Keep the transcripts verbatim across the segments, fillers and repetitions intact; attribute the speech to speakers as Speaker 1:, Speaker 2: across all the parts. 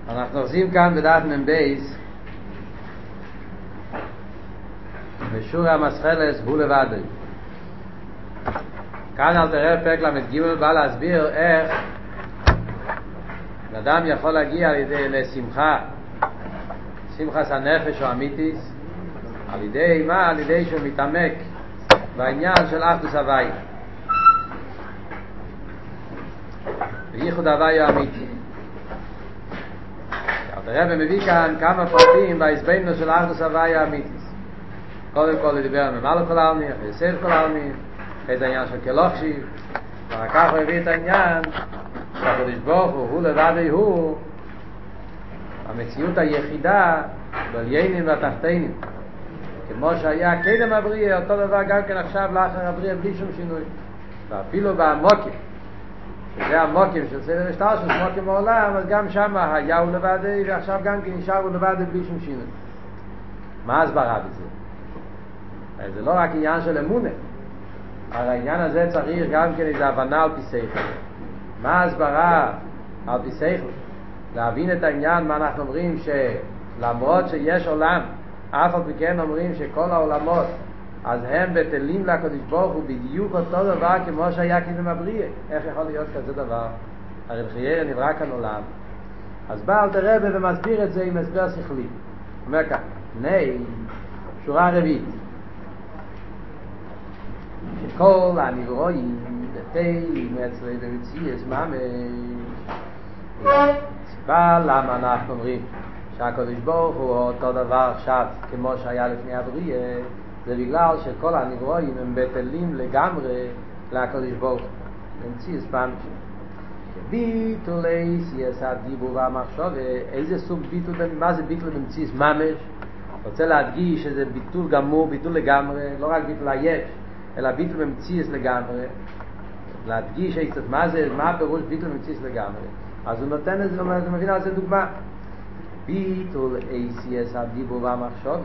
Speaker 1: אנחנו עושים כאן בדף מבייס בשורה המסחלס הוא לבד. כאן אל תראה פרק למד ג' בא להסביר איך אדם יכול להגיע על ידי לשמחה, שמחת הנפש או אמיתיס, על ידי מה? על ידי שהוא מתעמק בעניין של אחדות הוויה וייחוד הוויה אמיתי. הרב מביא כאן כמה פרטים בהסבנו של אחדות הוויה אמיתיס. קודם כל לדבר על ממלא כל העלמין, אחרי סייף כל העלמין, אחרי זה העניין של כלוכשיב, ואחר כך הוא הביא את העניין שהקדוש ברוך הוא הוא לבד הוא המציאות היחידה בעליינים והתחתינים, כמו שהיה קדם הבריאה, אותו דבר גם כן עכשיו לאחר הבריאה בלי שום שינוי. ואפילו בעמוקים, שזה המוקים של סדר השטר של מוקים בעולם, אז גם שם היה הוא לבד ועכשיו גם כן נשאר הוא לבד בלי שום שינוי. מה הסברה בזה? זה לא רק עניין של אמונה, אבל העניין הזה צריך גם כן איזו הבנה על פי שכל. מה הסברה על פי שכל? להבין את העניין, מה אנחנו אומרים שלמרות שיש עולם, אף על פי כן אומרים שכל העולמות אז הם בטלים לקדוש ברוך הוא בדיוק אותו דבר כמו שהיה קדם הבריאה. איך יכול להיות כזה דבר? הרי בחייר נברא כאן עולם. אז בא אל תראה ומסביר את זה עם הסבר שכלי. אומר כך, ני, שורה רביעית, שכל הנברואים בטלים אצלי במציאות ממש. סיבה למה אנחנו אומרים שהקדוש ברוך הוא אותו דבר עכשיו כמו שהיה לפני הבריאה, זה בגלל שכל הנברואים הם בטלים לגמרי לקדוש ברוך הוא במציאות ממש. ביטולי סייס הדיבור והמחשבה. איזה סוג ביטול? מה זה ביטול במציאות ממש? רוצה להדגיש שזה ביטול גמור, ביטול לגמרי, לא רק ביטול היש אלא ביטול במציאות לגמרי. להדגיש מה זה, מה הפירוש ביטול במציאות לגמרי. אז הוא נותן את זה, הוא מביא על זה דוגמה. ביטול אייסיאס הדיבור והמחשבה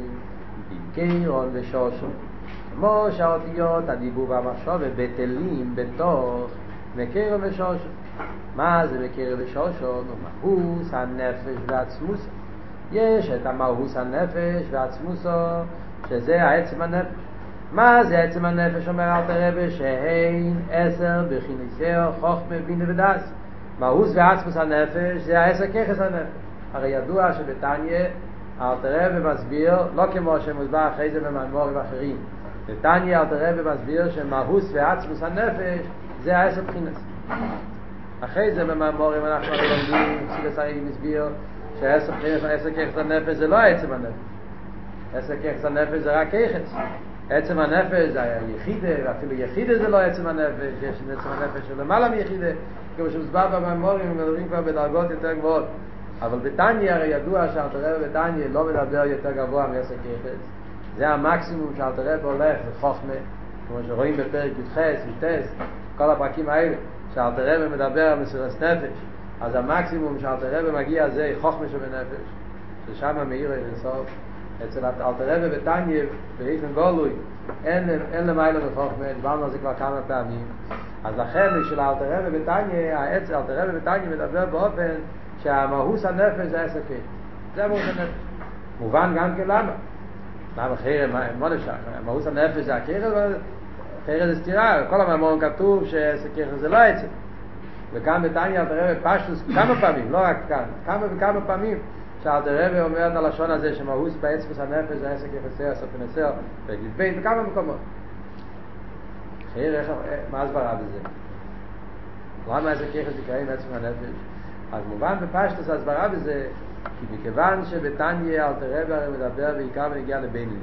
Speaker 1: בקרון ושושו, כמו שהאותיות הדיבור והמחשבה בטלים בתוך מקרון ושושו. מה זה מקרון ושושו? מהוס הנפש והעצמוס. יש את המהוס הנפש והעצמוס שזה העצם הנפש. מה זה עצם הנפש? אומר אל תראה שהן עשר בכינוסיה חוכמה בינה ודעת. מהוס ועצמוס הנפש זה העשר ככס הנפש. הרי ידוע שבתניא אל תראה ומסביר, לא כמו שמוסבר אחרי זה במאמרים אחרים, בתניא אל תראה ומסביר שמהוס ועצמוס הנפש זה העשר בחינות. אחרי זה במאמרים אנחנו לומדים חסידות מסביר שהעשר בחינות, העשר ככס הנפש זה לא עצם הנפש. עשר ככס הנפש זה רק ככס. עצם הנפש זה היחידה, ואפילו יחידה זה לא עצם הנפש, יש עצם הנפש של למעלה מיחידה, כמו שמוסבר במאמרים מדברים כבר בדרגות יותר גבוהות. אבל בתניא הרי ידוע שאל תראה בתניא לא מדבר יותר גבוה מעשר ככס. זה המקסימום שאל תראה הולך לחוכמה, כמו שרואים בפרק י"ח, י"ט, כל הפרקים האלה שאל תראה מדבר על מסירות נפש. אז המקסימום שאל תראה מגיע זה חוכמה שבנפש, ששם מאיר אין סוף. אצל אל תראה בתניא באופן גלוי אין אין למעלה מחוכמה, דיברנו על זה כבר כמה פעמים. אז לכן של אל תראה בתניא, העץ אל תראה בתניא מדבר באופן שהמהוס הנפש זה עשר ככס. זה מהוס הנפש. מובן גם כן למה. למה חרם, מה נפשך? המהוס הנפש זה הככס, חרם זה סתירה. כל המאמרים כתוב שעשר ככס זה לא עצם. וכאן בתניא אל תראה בפשטוס כמה פעמים, לא רק כאן, כמה וכמה פעמים שאל תראה אומרת הלשון הזה שמהוס בעצמוס הנפש זה עשר ככס, עשר פנסר, וגלבין, בכמה מקומות. חרם, מה הסברה בזה? למה עשר ככס יקראים עצמוס הנפש? אז מובן בפשטוס הסברה בזה, כי מכיוון שבתניא אל תראה הרי מדבר בעיקר ונגיע לבינני,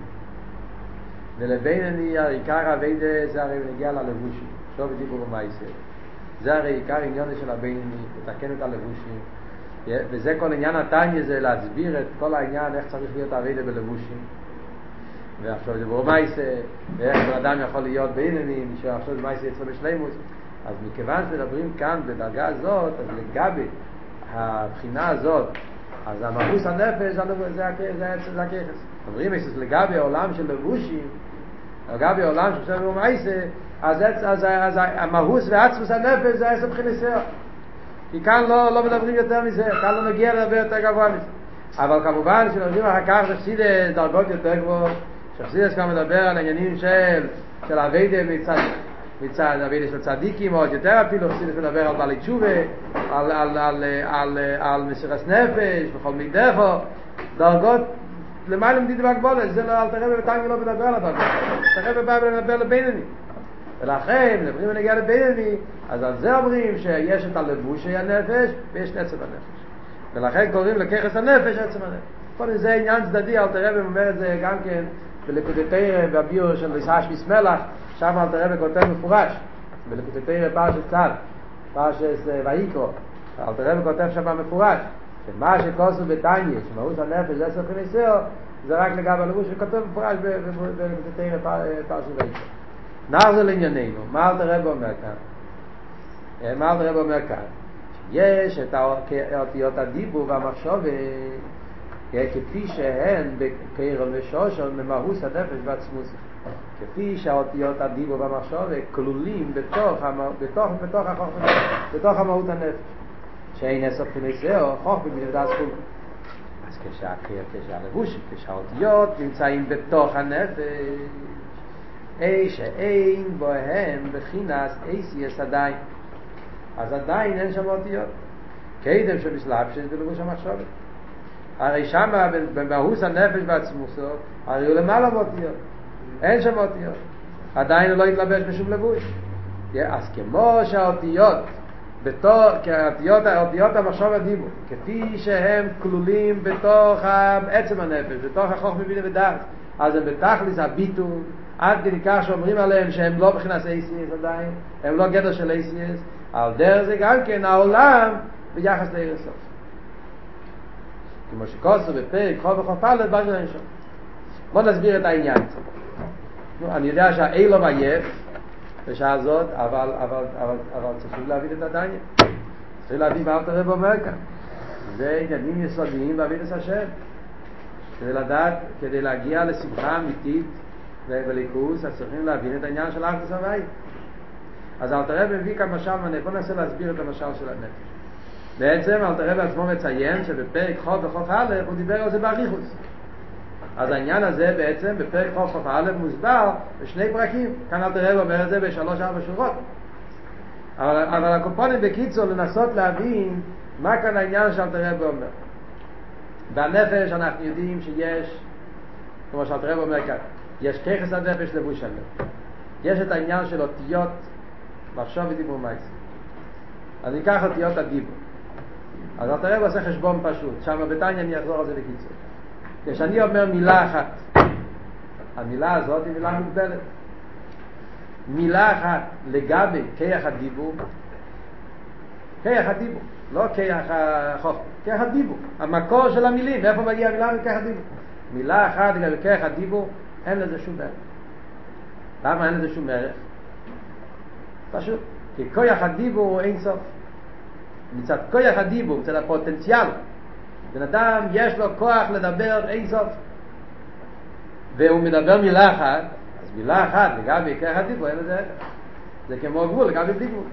Speaker 1: ולבינני העיקר הווידה זה הרי ונגיע ללבושים, שוב דיבור ומייסר, זה הרי עיקר עניין של הבינני, לתקן את הלבושים, וזה כל עניין התניא, זה להסביר את כל העניין איך צריך להיות הווידה בלבושים. ועכשיו דיבור ומייסר, ואיך אדם יכול להיות בינני, שעכשיו מייסר יצא בשלימות. אז מכיוון שמדברים כאן בדרגה הזאת, אז לגבי הבחינה הזאת, אז המהוס הנפש זה הככס. אומרים לגבי העולם של לבושים, לגבי העולם של שם ומייסה, אז המהוס ועצמוס הנפש זה עשר בחינות. כי כאן לא, לא מדברים יותר מזה, כאן לא נגיע לדבר יותר גבוה מזה. אבל כמובן שנרדים אחר כך שחסידס דרגות יותר גבוהות, שחסידס כבר מדבר על העניינים של, של עבודה מצד, מצד עבודה של צדיקים, עוד יותר אפילו חסידס מדבר על בעלי תשובה, על, על, על, על, על מסירת נפש, בכל מידךו, דרגות למעלה מדידי בהגבולת, זה לא, אל תראה בבטנגי לא מדבר על הדרגות, תראה בבא מדבר לבינני. ולכן, מדברים ונגיע לבינני, אז על זה אומרים שיש את הלבושי הנפש ויש את עצם הנפש. ולכן קוראים לככס הנפש עצם הנפש. כל זה עניין צדדי, אל תראה ואומר את זה גם כן בלקוטי בביור של ליסש מסמלח, שם אל תראה וכותב מפורש, בלקוטי פרשת צד, פרשת ויקרו, אל תראה וכותב שם מפורש, שמה שכוסו בטניה, שמהות הנפש זה סופי ניסיו, זה רק לגבי הלבוש שכותב מפורש בלקוטי פרשת ויקרו. נחזור לענייננו, מה אל תראה ואומר כאן? מה אל תראה ואומר כאן? יש את האותיות הדיבור והמחשוב כפי שהן בקרל ושושון ממהוס הנפש בעצמוס, כפי שהאותיות הדיבור והמחשוב כלולים בתוך בתוך בתוך החוכמה, בתוך המהות הנפש, שאין אסוף כנסeo חוכמה בלבד סכום. אז כשהלבוש, כשהאותיות נמצאים בתוך הנפש, אי שאין בוהם בחינס אייסיאס עדיין, אז עדיין אין שם אותיות קדם שמסלבשת בלבוש המחשבת. הרי שם במהוס הנפש בעצמוסו הרי הוא למעלה באותיות, אין שם אותיות, עדיין הוא לא יתלבש בשום לבוש. אז כמו שהאותיות בתור, כאותיות, האותיות המחשב הדיבור כפי שהם כלולים בתוך עצם הנפש, בתוך החוכמה בינה ודעת, אז הם בתכלס הביטול, עד כדי כך שאומרים עליהם שהם לא בכנס אייסיאס עדיין, הם לא גדר של אייסיאס. על דרך זה גם כן העולם ביחס לערסוף, כמו שכוסו בפרק חוב וחוב א' בגלל אין שם. בוא נסביר את העניין. אני יודע שהאילו מייף בשעה הזאת, אבל, אבל, אבל, אבל צריכים להבין את הדניה, צריכים להבין מה אלתר רבי אומר כאן. זה עניינים יסודיים בעבודת השם, כדי לדעת, כדי להגיע לשמחה אמיתית ובליכוז, אז צריכים להבין את העניין של אחדות הוויה. אז אלתר רבי מביא כאן משל, ואני בוא ננסה להסביר את המשל של הנפש. בעצם אלתר רבי עצמו מציין שבפרק חוב וחוב א' הוא דיבר על זה באריכות. אז העניין הזה בעצם בפרק חוב וחוב א' מוסבר בשני פרקים. כאן אלתר רבי אומר את זה בשלוש ארבע שורות. אבל, אבל הקופונים בקיצור לנסות להבין מה כאן העניין שאלתר רבי אומר. בנפש אנחנו יודעים שיש, כמו שאלתר רבי אומר כאן, יש ככס הנפש לבוש הנפש. יש את העניין של אותיות מחשוב ודיבור מייס. אז ניקח אותיות הדיבור. אז אלתר רבי עושה חשבון פשוט, שם בתניא אני אחזור על זה בקיצור. כשאני אומר מילה אחת, המילה הזאת היא מילה מוגבלת. מילה אחת לגבי כיח הדיבור, כיח הדיבור, לא כיח החוכמה, כיח הדיבור, המקור של המילים, מאיפה מגיע המילה מכיח הדיבור? מילה אחת לגבי כיח הדיבור, אין לזה שום ערך. למה אין לזה שום ערך? פשוט, כי כיח הדיבור הוא אין סוף. מצד כיח הדיבור, מצד הפוטנציאל, בן אדם יש לו כוח לדבר אין סוף, והוא מדבר מילה אחת, אז מילה אחת לגבי כיח הדיבור אין לזה ערך. זה כמו גבול לגבי דיבור.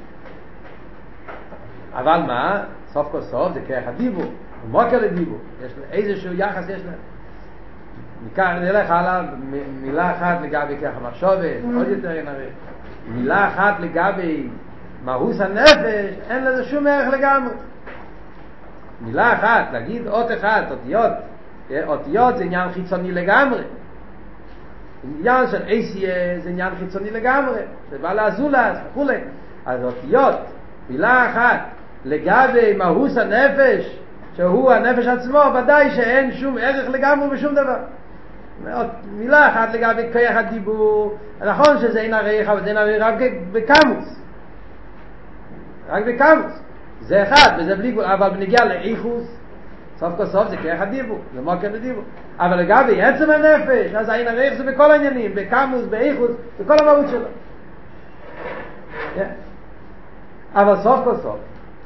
Speaker 1: אבל מה? סוף כל סוף זה כיח הדיבור, הוא מוקר לדיבור, יש לו איזשהו יחס, יש לו ניקח, נלך הלאה, מילה אחת לגבי כיח המחשבת, עוד יותר נראה. מילה אחת לגבי מהוס הנפש, אין לזה שום ערך לגמרי. מילה אחת, להגיד אות אחד, אותיות, אותיות זה עניין חיצוני לגמרי. עניין של אייסייה זה עניין חיצוני לגמרי, זה בא לעזולס וכולי. אז אותיות, מילה אחת לגבי מהוס הנפש, שהוא הנפש עצמו, ודאי שאין שום ערך לגמרי בשום דבר. מילה אחת לגבי כיח הדיבור, נכון שזה אין ערך, אבל זה אין ערך רק בקמוס, רק בקמוס, זה אחד וזה בלי גבול. אבל בנגיע לאיכוס, סוף כל סוף זה כיח הדיבור, זה מוקר לדיבור. אבל לגבי עצם הנפש, אז אין ערך זה בכל העניינים, בקמוס, באיכוס, בכל המהות שלו. yeah. אבל סוף כל סוף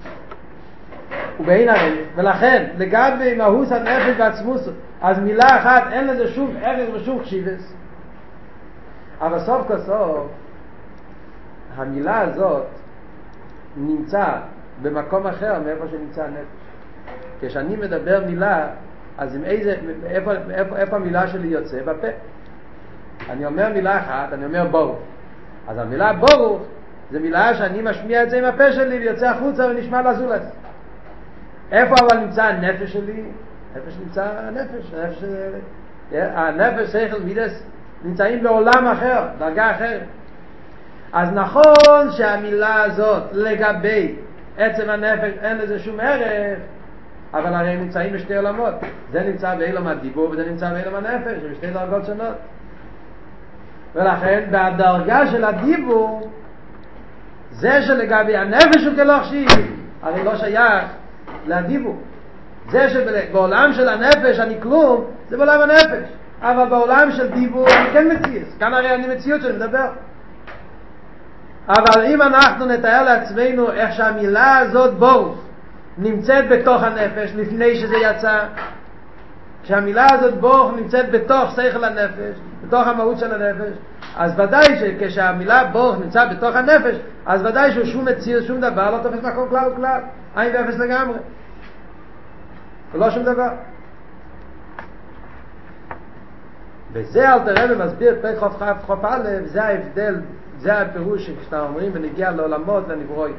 Speaker 1: ובאין ערך, ולכן לגבי מהוס הנפש בעצמוס, אז מילה אחת אין לזה שום ערך ושום חשיבס. אבל סוף כל סוף המילה הזאת נמצא במקום אחר מאיפה שנמצא הנפש. כשאני מדבר מילה, אז עם איזה, איפה, איפה, איפה המילה שלי יוצא? בפה. אני אומר מילה אחת, אני אומר ברוך. אז המילה ברוך זה מילה שאני משמיע את זה עם הפה שלי ויוצא החוצה ונשמע לזולת. איפה אבל נמצא הנפש שלי? הנפש נמצא הנפש. הנפש, הנפש שכל מידס נמצאים בעולם אחר, דרגה אחרת. אז נכון שהמילה הזאת לגבי עצם הנפש אין לזה שום ערך, אבל הרי הם נמצאים בשתי עולמות. זה נמצא באילום הדיבור וזה נמצא באילום הנפש, זה בשתי דרגות שונות. ולכן בדרגה של הדיבור, זה שלגבי הנפש הוא כלא חשיב, הרי לא שייך לדיבור. זה שבעולם של הנפש אני כלום, זה בעולם הנפש. אבל בעולם של דיבור אני כן מציאס. כאן הרי אני מציאות שאני מדבר. אבל אם אנחנו נתאר לעצמנו איך שהמילה הזאת ברוך נמצאת בתוך הנפש לפני שזה יצא, כשהמילה הזאת ברוך נמצאת בתוך שכל הנפש, בתוך המהות של הנפש, אז ודאי שכשהמילה ברוך נמצא בתוך הנפש, אז ודאי שהוא שום מציר, שום דבר, לא תופס מקום כלל וכלל, אין ואפס לגמרי. ולא שום דבר. וזה אל תראה ומסביר פרק חוף חוף א', זה ההבדל, זה הפירוש שכשאתה אומרים ונגיע לעולמות ונברואים.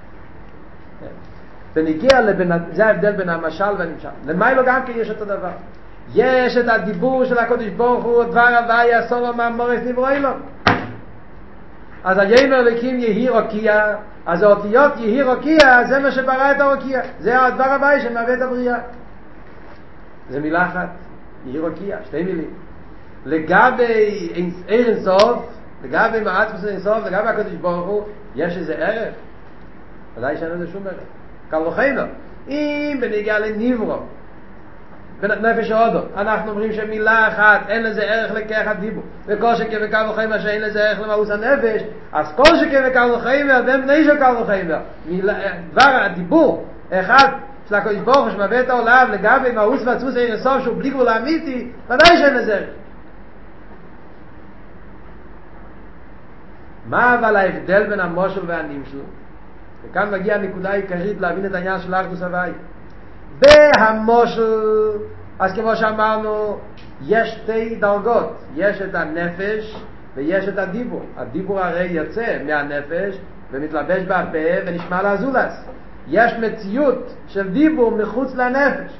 Speaker 1: ונגיע לבין, זה ההבדל בין המשל והנמשל. למה לא גם כי יש אותו דבר? יש את הדיבור של הקודש ברוך הוא, דבר הווי אסור ומאמורס נברואי לו. אז הימר לקים יהי רוקיע, אז האותיות יהי רוקיע, זה מה שברא את הרוקיע. זה הדבר הווי שמהווה את הבריאה. זה מילה אחת, יהי רוקיע, שתי מילים. לגבי אין סוף, לגבי מעצמוס אין סוף, לגבי הקודש ברוך הוא, יש איזה ערך? ודאי שאין לזה שום ערך. קל וחיינו. אם בנגיע לנברו, בנפש ההודו, אנחנו אומרים שמילה אחת אין לזה ערך לכך הדיבור, וכל שכן וקל וחיינו שאין לזה ערך למהות הנפש, אז כל שכן וקל וחיינו, והם בני של קל וחיינו. דבר הדיבור, אחד של הקודש ברוך הוא שמביא את העולם לגבי מהות ועצמוס אין סוף שהוא בלי גבול אמיתי, ודאי שאין לזה ערך. מה אבל ההבדל בין המושל והנמשל? וכאן מגיע הנקודה העיקרית להבין את העניין של אחדות הווי. בהמושל, אז כמו שאמרנו, יש שתי דרגות. יש את הנפש ויש את הדיבור. הדיבור הרי יוצא מהנפש ומתלבש בהפה ונשמע לאזולס. יש מציאות של דיבור מחוץ לנפש.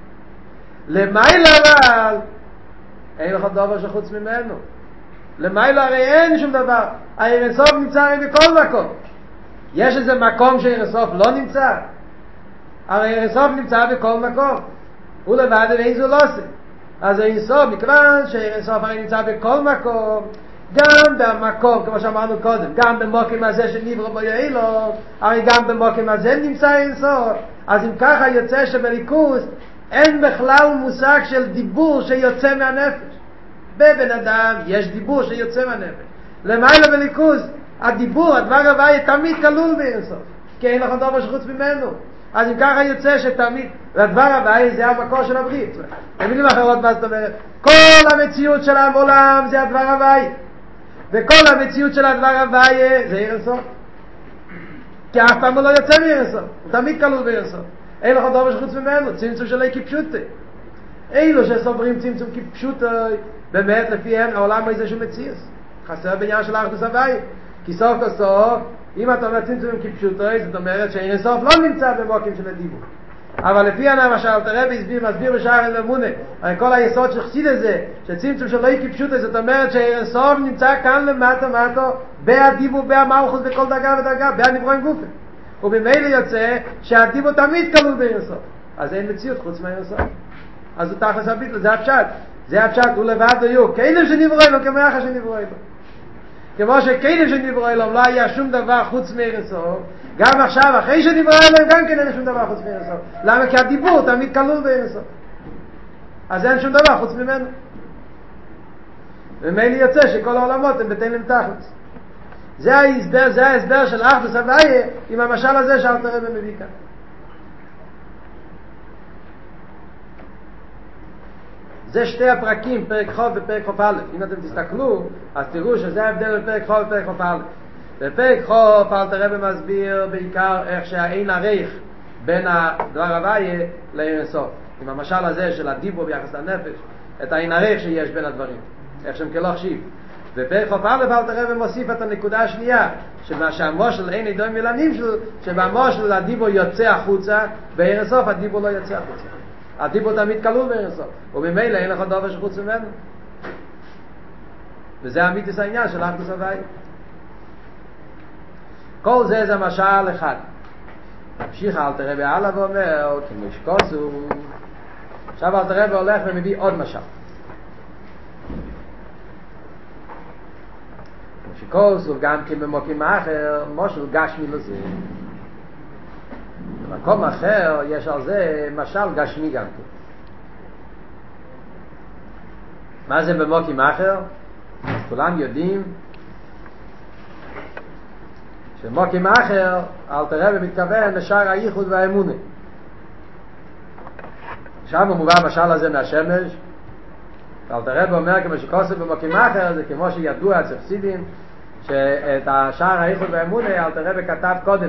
Speaker 1: למעלה אבל אין לך דבר שחוץ ממנו. למעלה הרי אין שום דבר. האין סוף נמצא הרי בכל מקום. יש איזה מקום שאין סוף לא נמצא? הרי אין סוף נמצא בכל מקום. הוא לבד ואין זו לא עושה. אז אין סוף, מכיוון שאין סוף הרי נמצא בכל מקום, גם במקום, כמו שאמרנו קודם, גם במוקם הזה שנברא בו יעילו, הרי גם במוקם הזה נמצא אין סוף. אז אם ככה יוצא שבליכוס אין בכלל מושג של דיבור שיוצא מהנפש. בבן אדם יש דיבור שיוצא מהנפש. למעלה בליכוס הדיבור, הדבר הווי תמיד כלול באינסוף, כי אין לך דבר שחוץ ממנו. אז אם ככה יוצא שתמיד, והדבר הווי זה המקור של הברית. במילים אחרות מה זאת אומרת? כל המציאות של העולם זה הדבר הווי, וכל המציאות של הדבר הווי זה אינסוף, כי אף פעם הוא לא יוצא מאינסוף, הוא תמיד כלול באינסוף. אין לך דבר שחוץ ממנו, צמצום שלי כפשוטי. אילו שסוברים צמצום כפשוטי, באמת לפיהם העולם איזה שהוא מציאות. חסר בעניין של אחדות הווי. כי סוף כל סוף, אם אתה אומר צמצום כפשוטו, זאת אומרת שאין סוף לא נמצא במוקים של הדיבור. אבל לפי הנמשל, תראה והסביר, מסביר בשער אלמונה, הרי כל היסוד שחסיד הזה, שצמצום שלא יהיה כפשוטו, זאת אומרת שאין סוף נמצא כאן למטה, מטו, בהדיבור, בהמלכות, בכל דרגה ודרגה, בהנברואים גופים. ובמילא יוצא שהדיבור תמיד כלול באין סוף. אז אין מציאות חוץ מהאין סוף. אז הוא תכלס הביטל, זה הפשט. זה הפשט, הוא לבד ויהיו. כאידם שנברואים לו, כמאחה שנברואים לו. כמו שכאילו שנברא אלוהים לא היה שום דבר חוץ מאין סוף, גם עכשיו אחרי שנברא אלוהים גם כן אין שום דבר חוץ מאין סוף. למה? כי הדיבור תמיד כלול באין סוף, אז אין שום דבר חוץ ממנו. ומילא יוצא שכל העולמות הם בטלים תכלס. זה ההסבר, זה ההסבר של אחדות הווי עם המשל הזה שאל תראה במביא כאן. זה שתי הפרקים, פרק חוף ופרק חוף א'. אם אתם תסתכלו, אז תראו שזה ההבדל בפרק חוף ופרק חוף א'. בפרק חוף אלתר רבי מסביר בעיקר איך שהאין ערך בין הדבר הוויה לעיר אינסוף, עם המשל הזה של הדיבור ביחס לנפש, את האין ערך שיש בין הדברים, איך שהם כלא חשיב. בפרק חוף א' אלתר רבי מוסיף את הנקודה השנייה, שמה שהמושל אין ידועים מלנים שלו, שבמושל הדיבור יוצא החוצה, בעיר אינסוף הדיבור לא יוצא החוצה. הדיבור תמיד כלול בעיר אינסוף, וממילא אין לך דבר שחוץ ממנו. וזה אמיתיס העניין של אחדות הוויה. כל זה זה משל אחד. ממשיך אלתר רבי הלאה ואומר, כמו שכוסו. עכשיו אלתר רבי הולך ומביא עוד משל. כמו שכוסו, גם כן במוקים אחר, משל גשמי לזה. במקום אחר יש על זה משל גשמי גם כן. מה זה במוקים אחר? כולם יודעים שמוקים אחר אלתר רבי מתכוון לשאר הייחוד והאמונה. שם הוא מובא המשל הזה מהשמש. אלתר רבי אומר כמו שכוסף במוקים אחר, זה כמו שידוע אצל חסידים שאת השאר הייחוד והאמונה אלתר רבי כתב קודם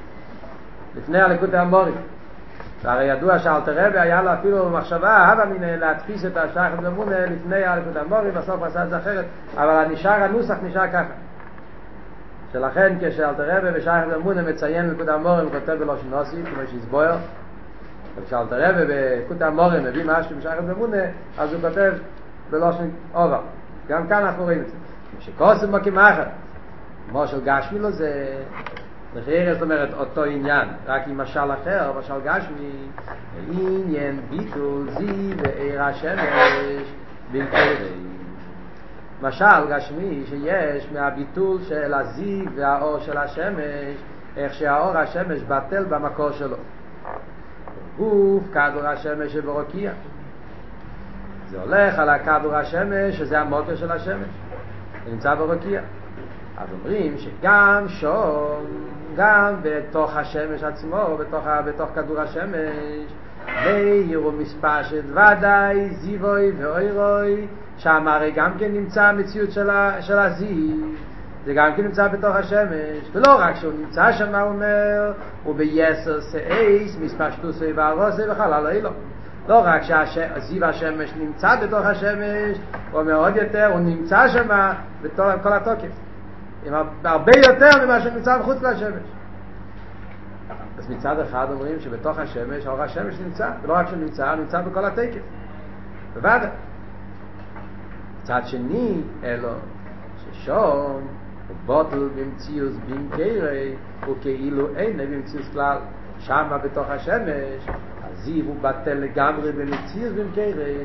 Speaker 1: לפני הליקוטי המורים. והרי ידוע שאלתר רבי היה לו אפילו מחשבה הבה מן להדפיס את השאר הייחוד והאמונה לפני הליקוטי המורים, בסוף עשה את זה אחרת, אבל נשאר הנוסח נשאר ככה. שלכן כשאלתר רבי בשייך למונה מציין בליקוטי המורים הוא כותב בלושן נוסי כמו שהסבויר, וכשאלתר רבי בליקוטי המורים מביא משהו בשייך למונה אז הוא כותב בלושן אובר. גם כאן אנחנו רואים את זה שכוסף מוקים אחר משל גשמי לו זה לחייר, זאת אומרת אותו עניין רק עם משל אחר, משל גשמי עניין ביטול זי ועיר השמש בלתי משל גשמי שיש מהביטול של הזיו והאור של השמש, איך שהאור השמש בטל במקור שלו. גוף כדור השמש שברוקיע, זה הולך על הכדור השמש שזה המוקר של השמש, זה נמצא ברוקיע. אז אומרים שגם שום, גם בתוך השמש עצמו, בתוך, בתוך כדור השמש, ואירו מספשת ודאי זיווי ואוירוי, שם הרי גם כן נמצא המציאות של, ה, של הזיו, זה גם כן נמצא בתוך השמש, ולא רק שהוא נמצא שם, הוא אומר, הוא ביסר סעיס, מספשטוסי והרוסי וחלל אילו. לא רק שהזיו השמש נמצא בתוך השמש, הוא אומר עוד יותר, הוא נמצא שם בתוך כל התוקף, הרבה יותר ממה שנמצא בחוץ לשמש. אז מצד אחד אומרים שבתוך השמש, האור השמש נמצא, ולא רק שהוא נמצא, הוא נמצא בכל התקף. בוודאי. מצד שני, אלו, ששום, הוא בוטל במציאוס בין קרי, הוא כאילו אין במציאוס כלל. שמה בתוך השמש, הזיו הוא בטל לגמרי במציאוס בין קרי.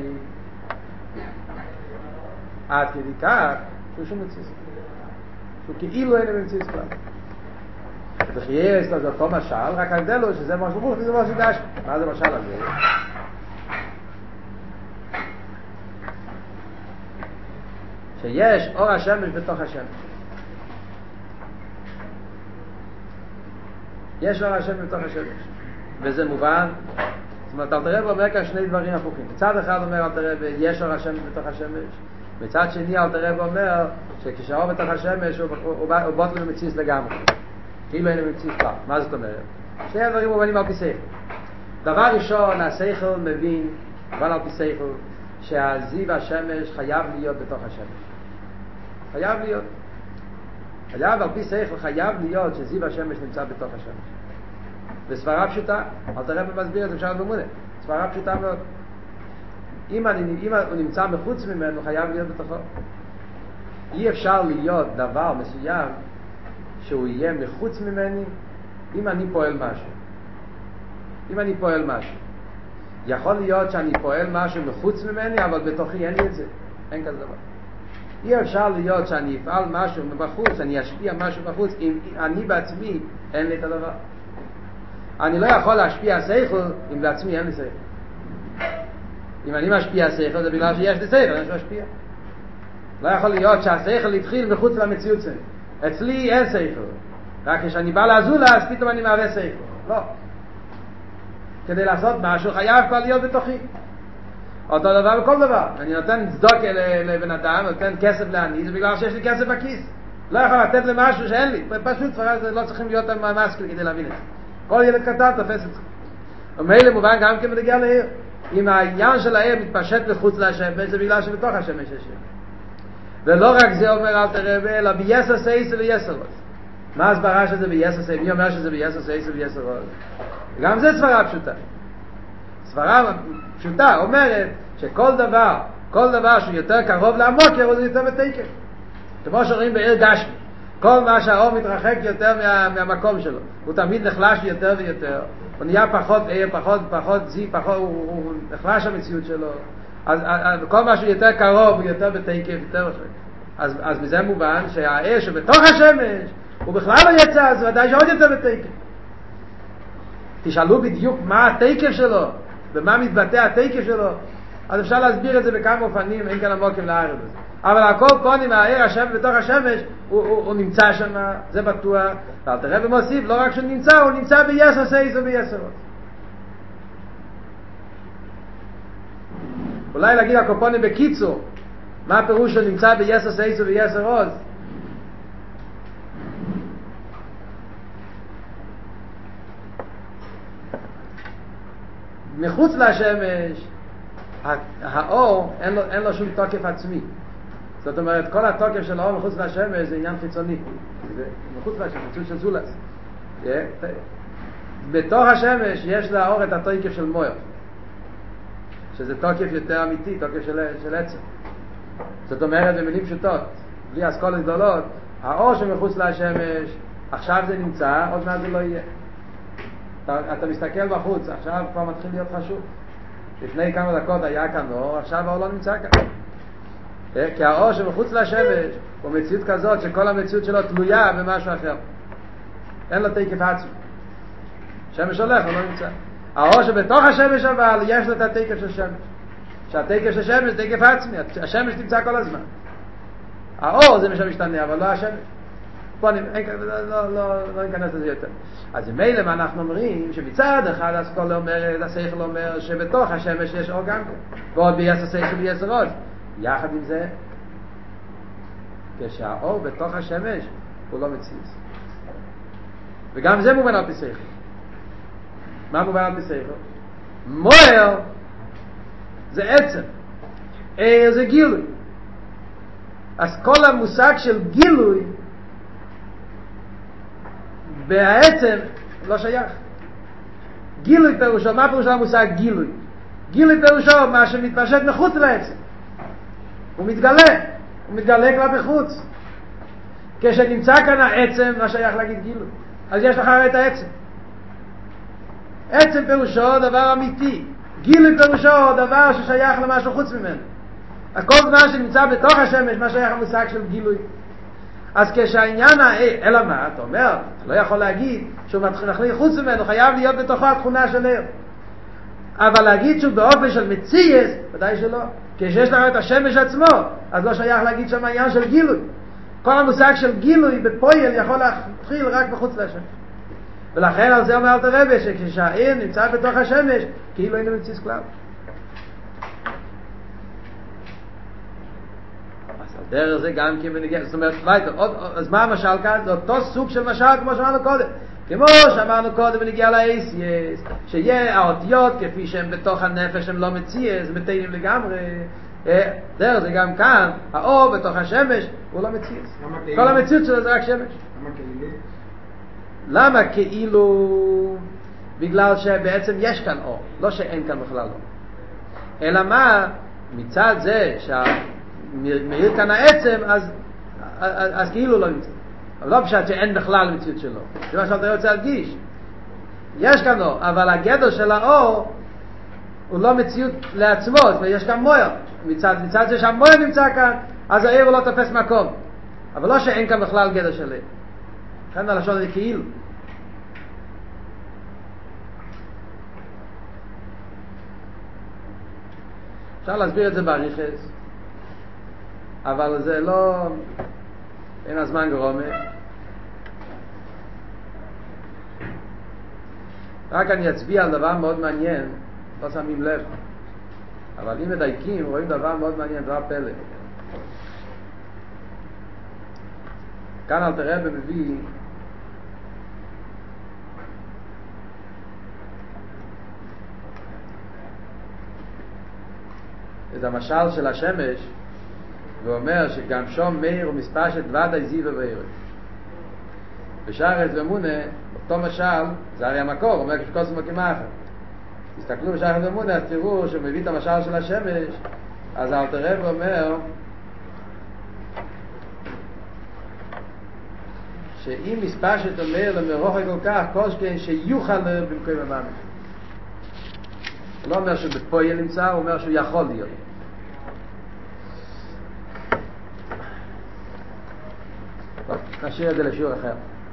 Speaker 1: עד כדי כך, שהוא שום מציאוס. שהוא כאילו אין במציאוס כלל. וחייה יש לזה אותו משל, רק ההבדל הוא שזה משהו רוח וזה משהו גשמי. מה זה משל הזה? שיש אור השמש בתוך השמש. יש אור השמש בתוך השמש. וזה מובן. זאת אומרת, אלתר רבי אומר כאן שני דברים הפוכים. מצד אחד אומר אלתר רבי, יש אור השמש בתוך השמש. מצד שני אלתר רבי אומר שכשהאור בתוך השמש הוא, הוא, הוא, הוא בוטל ומציץ לגמרי. כאילו אין מציץ כלל. מה זאת אומרת? שני הדברים מובנים על פי שכל. דבר ראשון, השכל מבין, אבל על פי שכל, שהזיו השמש חייב להיות בתוך השמש. חייב להיות. חייב על פי שכל, חייב להיות שזיו השמש נמצא בתוך השמש. וסברה פשוטה, אלתר רבי מסביר את זה בשער במונה. סברה פשוטה מאוד. אם, אני, אם הוא נמצא מחוץ ממנו, חייב להיות בתוכו. אי אפשר להיות דבר מסוים שהוא יהיה מחוץ ממני אם אני פועל משהו. אם אני פועל משהו. יכול להיות שאני פועל משהו מחוץ ממני, אבל בתוכי אין לי את זה. אין כזה דבר. אי אפשר להיות שאני אפעל משהו מבחוץ, אני אשפיע משהו בחוץ, אם אני בעצמי אין לי את הדבר. אני לא יכול להשפיע שכל אם בעצמי אין לי שכל. אם אני משפיע שכל זה בגלל שיש לי שכל, אני משפיע. לא יכול להיות שהשכל יתחיל מחוץ למציאות שלי. אצלי אין שכל. רק כשאני בא לעזולה, אז פתאום אני מהווה שכל. לא. כדי לעשות משהו חייב כבר להיות בתוכי. אותו דבר בכל דבר. אני נותן צדוק לבן אדם, נותן כסף לעני, זה בגלל שיש לי כסף בכיס. לא יכול לתת למשהו שאין לי. פשוט סברה זה לא צריכים להיות משכיל כדי להבין את זה. כל ילד קטן תופס את זה. ומילא מובן גם כן בנגיע לעיר. אם העניין של העיר מתפשט מחוץ לשמש, זה בגלל שבתוך השמש יש עיר. ולא רק זה אומר אל תראה, אלא ביסר סייסר ויסר עוז. מה הסברה שזה ביסר סייסר? מי אומר שזה ביסר סייסר ויסר עוז? גם זה סברה פשוטה. סברה פשוטה אומרת שכל דבר, כל דבר שהוא יותר קרוב לעמוקר, הוא יותר בתקף. כמו שרואים בעיר גשמי. כל מה שהאור מתרחק יותר מה, מהמקום שלו. הוא תמיד נחלש יותר ויותר. הוא נהיה פחות עיר, פחות, פחות זי, פחות, הוא, הוא נחלש המציאות שלו. אז, אז כל מה שהוא יותר קרוב הוא יותר בתקף, יותר רחק. אז, אז מזה מובן שהעיר שבתוך השמש הוא בכלל לא יצא, אז ודאי שעוד יותר בתקף. תשאלו בדיוק מה התקף שלו, ומה מתבטא התקף שלו, אז אפשר להסביר את זה בכמה אופנים, אין כאן עמוקים לערב בזה. אבל הכל פונים, העיר השמש בתוך השמש, הוא, הוא, הוא נמצא שם, זה בטוח. אבל תראה ומוסיף, לא רק שהוא נמצא, הוא נמצא ביסר סייס וביסר עוז. אולי להגיד הקופונים בקיצור, מה הפירוש שהוא נמצא ביסר סייס וביסר עוז? מחוץ לשמש, האור אין לו, אין לו שום תוקף עצמי. זאת אומרת, כל התוקף של האור מחוץ לשמש זה עניין חיצוני. זה מחוץ לשמש, מציאות של זולס. בתוך השמש יש לאור את התוקף של מויר. שזה תוקף יותר אמיתי, תוקף של, של עצם. זאת אומרת, במילים פשוטות, בלי אסכולות גדולות, האור שמחוץ לשמש, עכשיו זה נמצא, עוד מעט זה לא יהיה. אתה, אתה מסתכל בחוץ, עכשיו כבר מתחיל להיות חשוב. לפני כמה דקות היה כאן אור, עכשיו האור לא נמצא כאן. כי האור שמחוץ לשמש הוא מציאות כזאת שכל המציאות שלו תלויה במשהו אחר. אין לו תקף עצמי. שמש הולך, הוא לא נמצא. האור שבתוך השמש אבל יש לו את התקף של שמש. שהתקף של שמש זה תקף עצמי. השמש נמצא כל הזמן. האור זה מה שמשתנה, אבל לא השמש. פה אני, לא, לא, לא, לא ניכנס לזה יותר. אז מילא מה אנחנו אומרים, שמצד אחד האסכולה אומרת, השכל אומר שבתוך השמש יש אור גם כן. ועוד ביסר סייסר וביסר עוז. יחד עם זה, כשהאור בתוך השמש הוא לא מציץ. וגם זה מובן על פי שכל. מה מובן על פי שכל? מויר זה עצם, עיר זה גילוי. אז כל המושג של גילוי בעצם לא שייך. גילוי פירושו, מה פירושו המושג גילוי? גילוי פירושו מה שמתפשט מחוץ לעצם. הוא מתגלה, הוא מתגלה כבר בחוץ. כשנמצא כאן העצם, מה שייך להגיד גילוי? אז יש לך את העצם. עצם פירושו דבר אמיתי. גילוי פירושו דבר ששייך למשהו חוץ ממנו. כל זמן שנמצא בתוך השמש, מה שייך המושג של גילוי? אז כשהעניין, אלא מה, אתה אומר, אתה לא יכול להגיד שהוא מתחיל חוץ ממנו, חייב להיות בתוכו התכונה של עיר. אבל להגיד שהוא באופן של מציאס, ודאי שלא. כשיש לך את השמש עצמו, אז לא שייך להגיד שם העניין של גילוי. כל המושג של גילוי בפועל יכול להתחיל רק בחוץ לשמש. ולכן על זה אומר אלתר רבי, שכשהעיר נמצא בתוך השמש, כאילו אינו מציאס כלל. אז הדרך זה גם כן בנגיע, זאת אומרת, אז מה המשל כאן? זה אותו סוג של משל כמו שאמרנו קודם. כמו שאמרנו קודם בנגיע לאייסיאס, שיהיה האותיות כפי שהם בתוך הנפש הם לא מציאס, מתיינים לגמרי. דרך זה גם כאן, האור בתוך השמש הוא לא מציאס. כל המציאות שלו זה רק שמש.
Speaker 2: למה כאילו?
Speaker 1: למה כאילו? בגלל שבעצם יש כאן אור, לא שאין כאן בכלל אור. אלא מה? מצד זה שמאיר כאן העצם, אז, אז, אז כאילו לא נמצא. אבל לא פשוט שאין בכלל מציאות שלו. זה מה שאתה רוצה להדגיש. יש כאן אור, אבל הגדר של האור הוא לא מציאות לעצמו, ויש כאן מויר. מצד, מצד זה שהמויר נמצא כאן, אז העיר הוא לא תופס מקום. אבל לא שאין כאן בכלל גדר של עיר. לכן הלשון זה כאילו. אפשר להסביר את זה באריכות, אבל זה לא, אין הזמן גרומה. רק אני אצביע על דבר מאוד מעניין, לא שמים לב, אבל אם מדייקים רואים דבר מאוד מעניין, דבר פלא. כאן אלתר רבי מביא את המשל של השמש, ואומר שגם שום מאיר ומספשת ודאי זיו וערב. בשער ומונה, אותו משל, זה הרי המקור, אומר כשקוסם וכמאחר. תסתכלו בשער ומונה, אז תראו שהוא מביא את המשל של השמש, אז אלתר רבי אומר שאם מספשת אומר למרוחק כל כך, כל שכן שיוכל במקום הממש. הוא לא אומר שבפועל נמצא, הוא אומר שהוא יכול להיות. טוב, נשאיר את זה לשיעור אחר.